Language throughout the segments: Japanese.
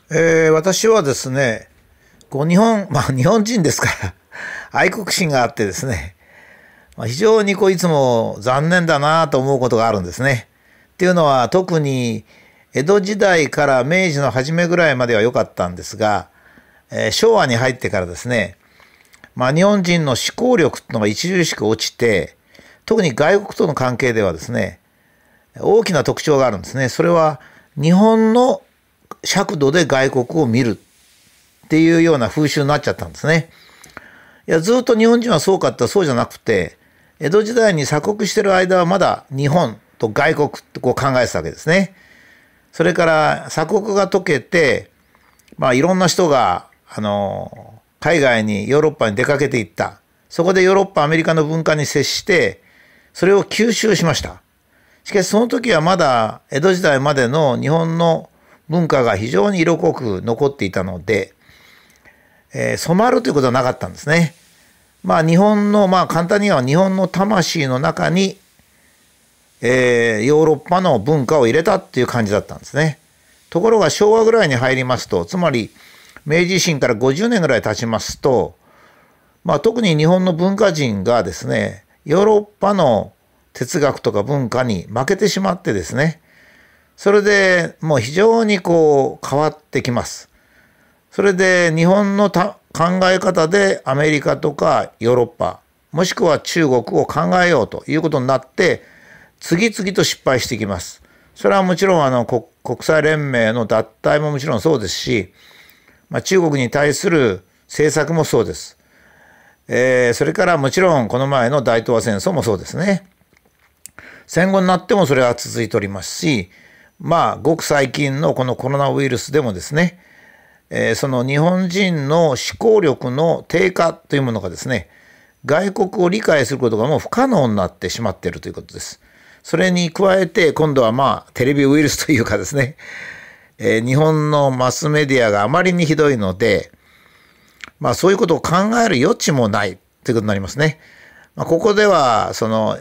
私はですね、日本、日本人ですから愛国心があってですね、非常にいつも残念だなと思うことがあるんですね。っていうのは特に江戸時代から明治の初めぐらいまでは良かったんですが、昭和に入ってからですね、日本人の思考力っていうのが著しく落ちて、特に外国との関係ではですね、大きな特徴があるんですね。それは日本の尺度で外国を見るっていうような風習になっちゃったんですね。いや、ずっと日本人はそうかってそうじゃなくて、江戸時代に鎖国してる間はまだ日本と外国って考えてたわけですね。それから鎖国が解けて、いろんな人が海外にヨーロッパに出かけていった。そこでヨーロッパアメリカの文化に接してそれを吸収しました。しかしその時はまだ江戸時代までの日本の文化が非常に色濃く残っていたので、染まるということはなかったんですね。日本の簡単には日本の魂の中に、ヨーロッパの文化を入れたっていう感じだったんですね。ところが昭和ぐらいに入りますと、つまり明治維新から50年ぐらい経ちますと、特に日本の文化人がですね、ヨーロッパの哲学とか文化に負けてしまってですね、それでもう非常に変わってきます。それで日本の考え方でアメリカとかヨーロッパ、もしくは中国を考えようということになって、次々と失敗していきます。それはもちろん国際連盟の脱退ももちろんそうですし、中国に対する政策もそうです。それからもちろんこの前の大東亜戦争もそうですね。戦後になってもそれは続いておりますし、ごく最近のこのコロナウイルスでもですね、その日本人の思考力の低下というものがですね、外国を理解することがもう不可能になってしまっているということです。それに加えて今度はテレビウイルスというかですね、日本のマスメディアがあまりにひどいので、そういうことを考える余地もないということになりますね。ここでは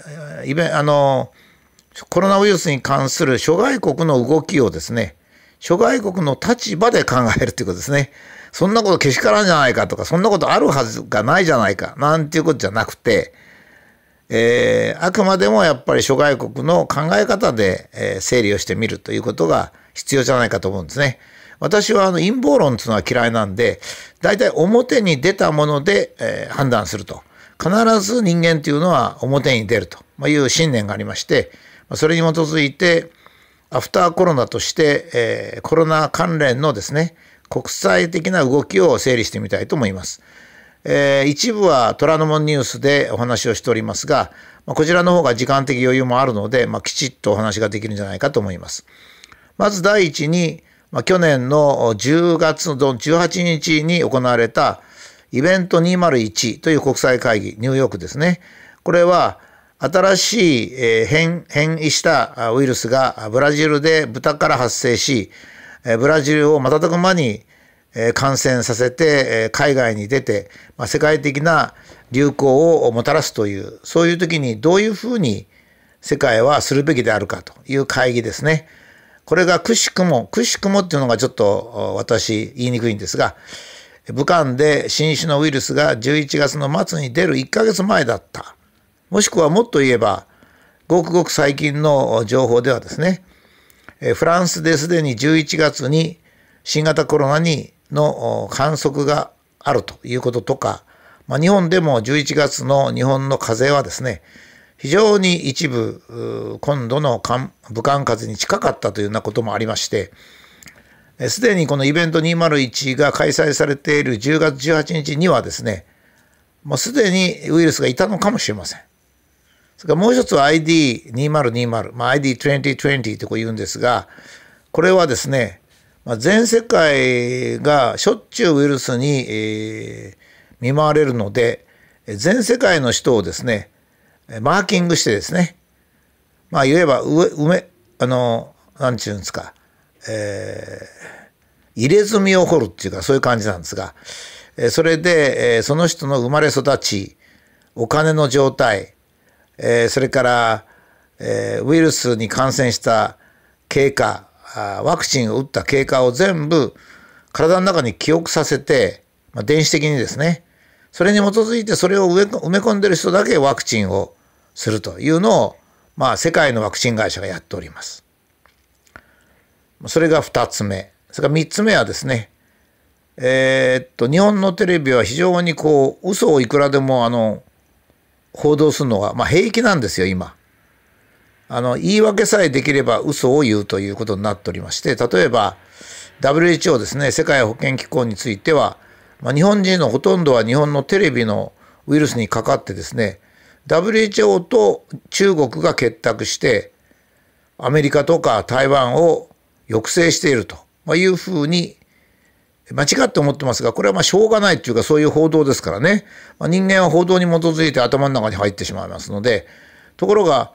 コロナウイルスに関する諸外国の動きをですね、諸外国の立場で考えるということですね。そんなことけしからんじゃないかとか、そんなことあるはずがないじゃないかなんていうことじゃなくて、あくまでもやっぱり諸外国の考え方で、整理をしてみるということが必要じゃないかと思うんですね。私は陰謀論というのは嫌いなんで、大体表に出たもので、判断すると。必ず人間というのは表に出るという信念がありまして、それに基づいてアフターコロナとして、コロナ関連のですね、国際的な動きを整理してみたいと思います。一部は虎ノ門ニュースでお話をしておりますが、こちらの方が時間的余裕もあるので、きちっとお話ができるんじゃないかと思います。まず第一に、去年の10月の18日に行われたイベント201という国際会議、ニューヨークですね。これは新しい変異したウイルスがブラジルで豚から発生し、ブラジルを瞬く間に感染させて海外に出て世界的な流行をもたらすという、そういう時にどういうふうに世界はするべきであるかという会議ですね。これがくしくもっていうのがちょっと私言いにくいんですが、武漢で新種のウイルスが11月の末に出る1ヶ月前だった。もしくはもっと言えば、ごくごく最近の情報ではですね、フランスですでに11月に新型コロナの観測があるということとか、日本でも11月の日本の風邪はですね、非常に一部今度の武漢風邪に近かったというようなこともありまして、すでにこのイベント201が開催されている10月18日にはですね、もうすでにウイルスがいたのかもしれません。それからもう一つは ID2020、ID2020 と言うんですが、これはですね、全世界がしょっちゅうウイルスに、見舞われるので、全世界の人をですね、マーキングしてですね、言えばなんていうんですか、入れ墨を掘るっていうかそういう感じなんですが、それでその人の生まれ育ち、お金の状態、それからウイルスに感染した経過、ワクチンを打った経過を全部体の中に記憶させて、電子的にですね、それに基づいてそれを埋め込んでる人だけワクチンをするというのを、世界のワクチン会社がやっております。それが2つ目。それから3つ目はですね、日本のテレビは非常に嘘をいくらでも報道するのが、平気なんですよ、今。言い訳さえできれば嘘を言うということになっておりまして、例えば WHO ですね、世界保健機構については、日本人のほとんどは日本のテレビのウイルスにかかってですね、WHO と中国が結託してアメリカとか台湾を抑制しているというふうに間違って思ってますが、これはしょうがないというか、そういう報道ですからね。人間は報道に基づいて頭の中に入ってしまいますので、ところが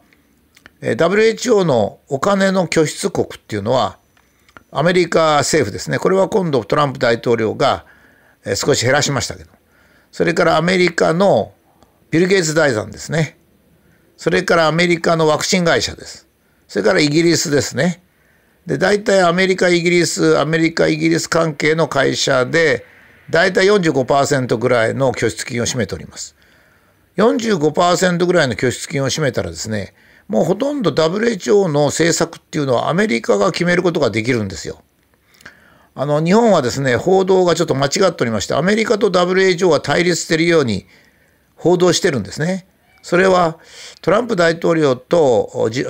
WHO のお金の拠出国っていうのはアメリカ政府ですね。これは今度トランプ大統領が少し減らしましたけど、それからアメリカのビル・ゲイツ財団ですね。それからアメリカのワクチン会社です。それからイギリスですね。で、大体アメリカイギリス関係の会社で大体 45% ぐらいの拠出金を占めております。45% ぐらいの拠出金を占めたらですね、もうほとんど WHO の政策っていうのはアメリカが決めることができるんですよ。日本はですね、報道がちょっと間違っておりまして、アメリカと WHO は対立しているように報道してるんですね。それはトランプ大統領と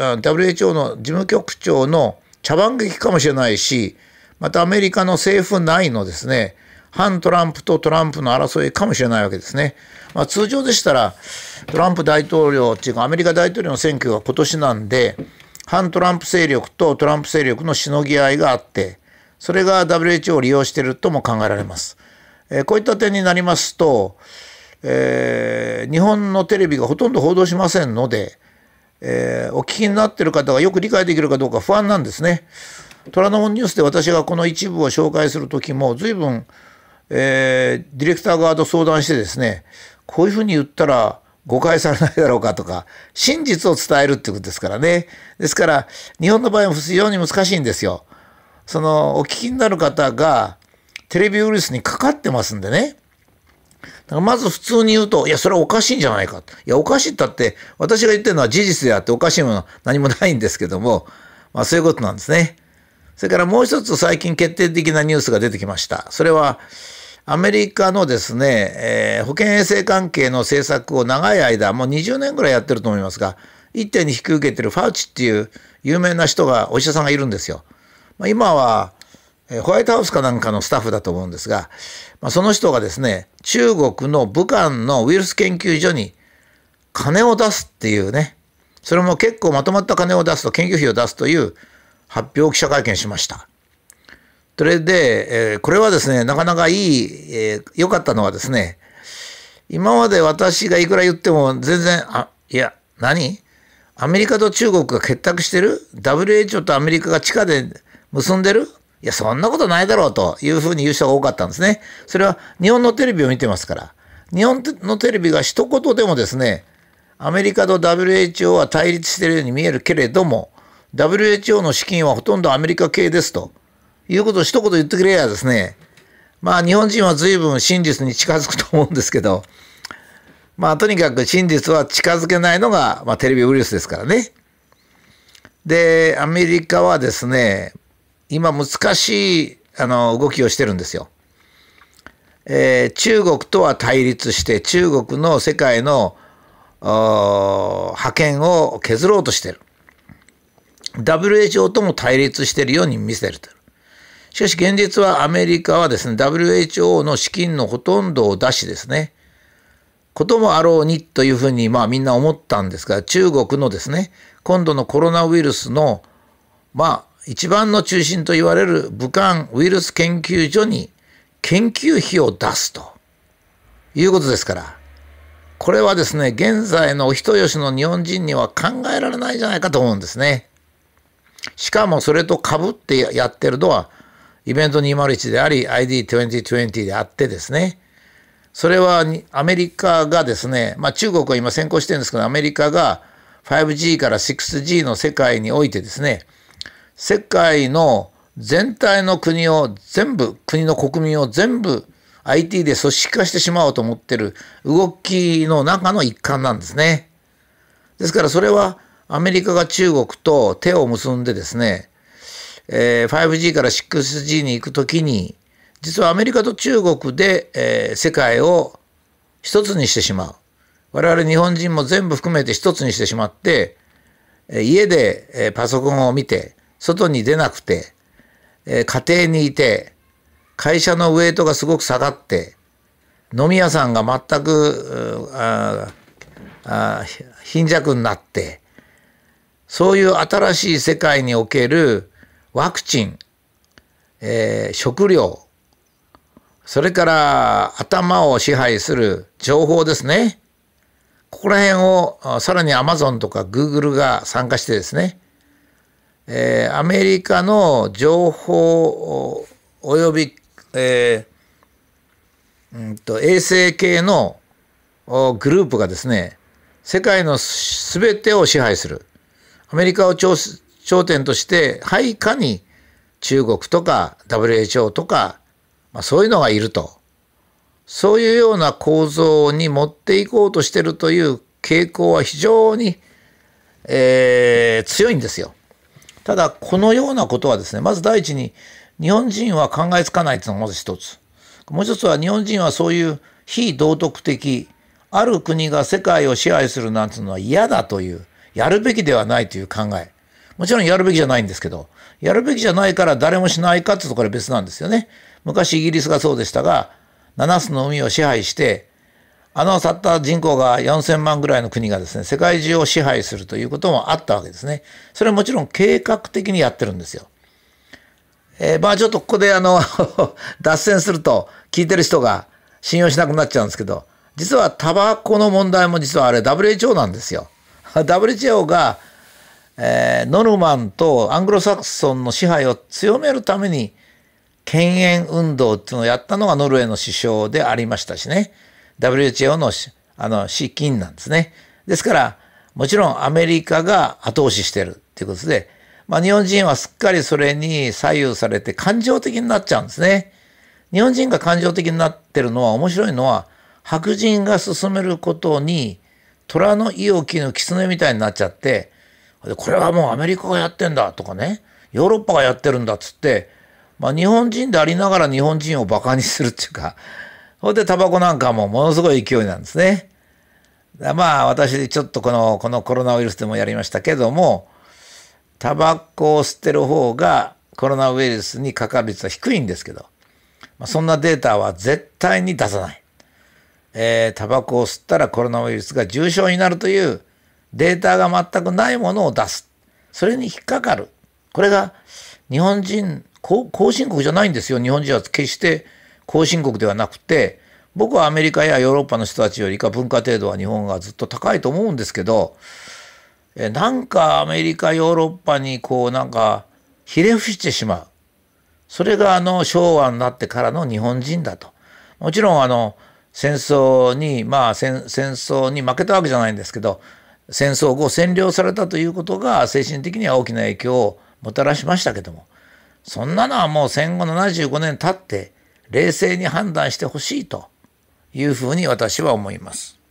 WHO の事務局長の茶番劇かもしれないし、またアメリカの政府内のですね、反トランプとトランプの争いかもしれないわけですね。通常でしたらトランプ大統領っていうかアメリカ大統領の選挙が今年なんで、反トランプ勢力とトランプ勢力のしのぎ合いがあって、それが WHO を利用しているとも考えられます。こういった点になりますと、日本のテレビがほとんど報道しませんので、お聞きになっている方がよく理解できるかどうか不安なんですね。虎ノ門ニュースで私がこの一部を紹介するときも随分、ディレクター側と相談してですね、こういうふうに言ったら誤解されないだろうかとか、真実を伝えるってことですからね。ですから日本の場合も非常に難しいんですよ。お聞きになる方がテレビウイルスにかかってますんでね。だからまず普通に言うと、いやそれはおかしいんじゃないか。いやおかしいったって私が言ってるのは事実であっておかしいものは何もないんですけども、そういうことなんですね。それからもう一つ最近決定的なニュースが出てきました。それはアメリカのですね、保健衛生関係の政策を長い間、もう20年ぐらいやってると思いますが、一手に引き受けてるファウチっていう有名な人が、お医者さんがいるんですよ。今はホワイトハウスかなんかのスタッフだと思うんですが、その人がですね、中国の武漢のウイルス研究所に金を出すっていうね、それも結構まとまった金を出すと、研究費を出すという発表記者会見しました。それで、これはですね、なかなか良かったのはですね、今まで私がいくら言っても全然、アメリカと中国が結託してる？ WHO とアメリカが地下で結んでる？いや、そんなことないだろうというふうに言う人が多かったんですね。それは日本のテレビを見てますから。日本のテレビが一言でもですね、アメリカと WHO は対立しているように見えるけれども、WHO の資金はほとんどアメリカ系ですということを一言言ってくれればですね、日本人は随分真実に近づくと思うんですけど、とにかく真実は近づけないのが、テレビウイルスですからね。で、アメリカはですね、今難しい動きをしてるんですよ。中国とは対立して、中国の世界の覇権を削ろうとしてる。WHO とも対立しているように見せると。しかし現実はアメリカはですね、WHO の資金のほとんどを出しですね、こともあろうにというふうにみんな思ったんですが、中国のですね、今度のコロナウイルスの一番の中心と言われる武漢ウイルス研究所に研究費を出すということですから、これはですね、現在のお人よしの日本人には考えられないんじゃないかと思うんですね。しかもそれと被ってやってるのはイベント201であり ID2020 であってですね、それはアメリカがですね、中国は今先行してるんですけど、アメリカが 5G から 6G の世界においてですね、世界の全体の国の国民を全部 IT で組織化してしまおうと思ってる動きの中の一環なんですね。ですからそれはアメリカが中国と手を結んでですね、5G から 6G に行くときに、実はアメリカと中国で、世界を一つにしてしまう。我々日本人も全部含めて一つにしてしまって、家で、パソコンを見て、外に出なくて、家庭にいて、会社のウェイトがすごく下がって、飲み屋さんが全く貧弱になって、そういう新しい世界におけるワクチン、食料、それから頭を支配する情報ですね。ここら辺をさらに Amazon とか Google が参加してですね、アメリカの情報および、衛星系のグループがですね、世界のすべてを支配する。アメリカを頂点として配下に中国とか WHO とか、そういうのがいると。そういうような構造に持っていこうとしているという傾向は非常に、強いんですよ。ただこのようなことはですね、まず第一に日本人は考えつかないというのがまず一つ。もう一つは日本人はそういう非道徳的、ある国が世界を支配するなんていうのは嫌だという、やるべきではないという考え。もちろんやるべきじゃないんですけど、やるべきじゃないから誰もしないかっていうところは別なんですよね。昔イギリスがそうでしたが、7つの海を支配して、たった人口が4000万ぐらいの国がですね、世界中を支配するということもあったわけですね。それはもちろん計画的にやってるんですよ。ちょっとここで脱線すると聞いてる人が信用しなくなっちゃうんですけど、実はタバコの問題も実はあれ WHO なんですよ。WHO が、ノルマンとアングロサクソンの支配を強めるために禁煙運動っていうのをやったのがノルウェーの首相でありましたしね。WHO の資金なんですね。ですから、もちろんアメリカが後押ししてるっていうことで、日本人はすっかりそれに左右されて感情的になっちゃうんですね。日本人が感情的になってるのは面白いのは、白人が進めることに虎の意を切る狐みたいになっちゃって、これはもうアメリカがやってんだとかね、ヨーロッパがやってるんだっつって、日本人でありながら日本人をバカにするっていうか、それでタバコなんかもものすごい勢いなんですね。私ちょっとこのコロナウイルスでもやりましたけども、タバコを吸ってる方がコロナウイルスにかかる率は低いんですけど、そんなデータは絶対に出さない。タバコを吸ったらコロナウイルスが重症になるというデータが全くないものを出す。それに引っかかる。これが日本人、後進国じゃないんですよ。日本人は決して後進国ではなくて、僕はアメリカやヨーロッパの人たちよりか文化程度は日本がずっと高いと思うんですけど、なんかアメリカ、ヨーロッパにひれ伏してしまう。それが昭和になってからの日本人だと。もちろん戦争に負けたわけじゃないんですけど、戦争後占領されたということが精神的には大きな影響をもたらしましたけども、そんなのはもう戦後75年経って冷静に判断してほしいというふうに私は思います。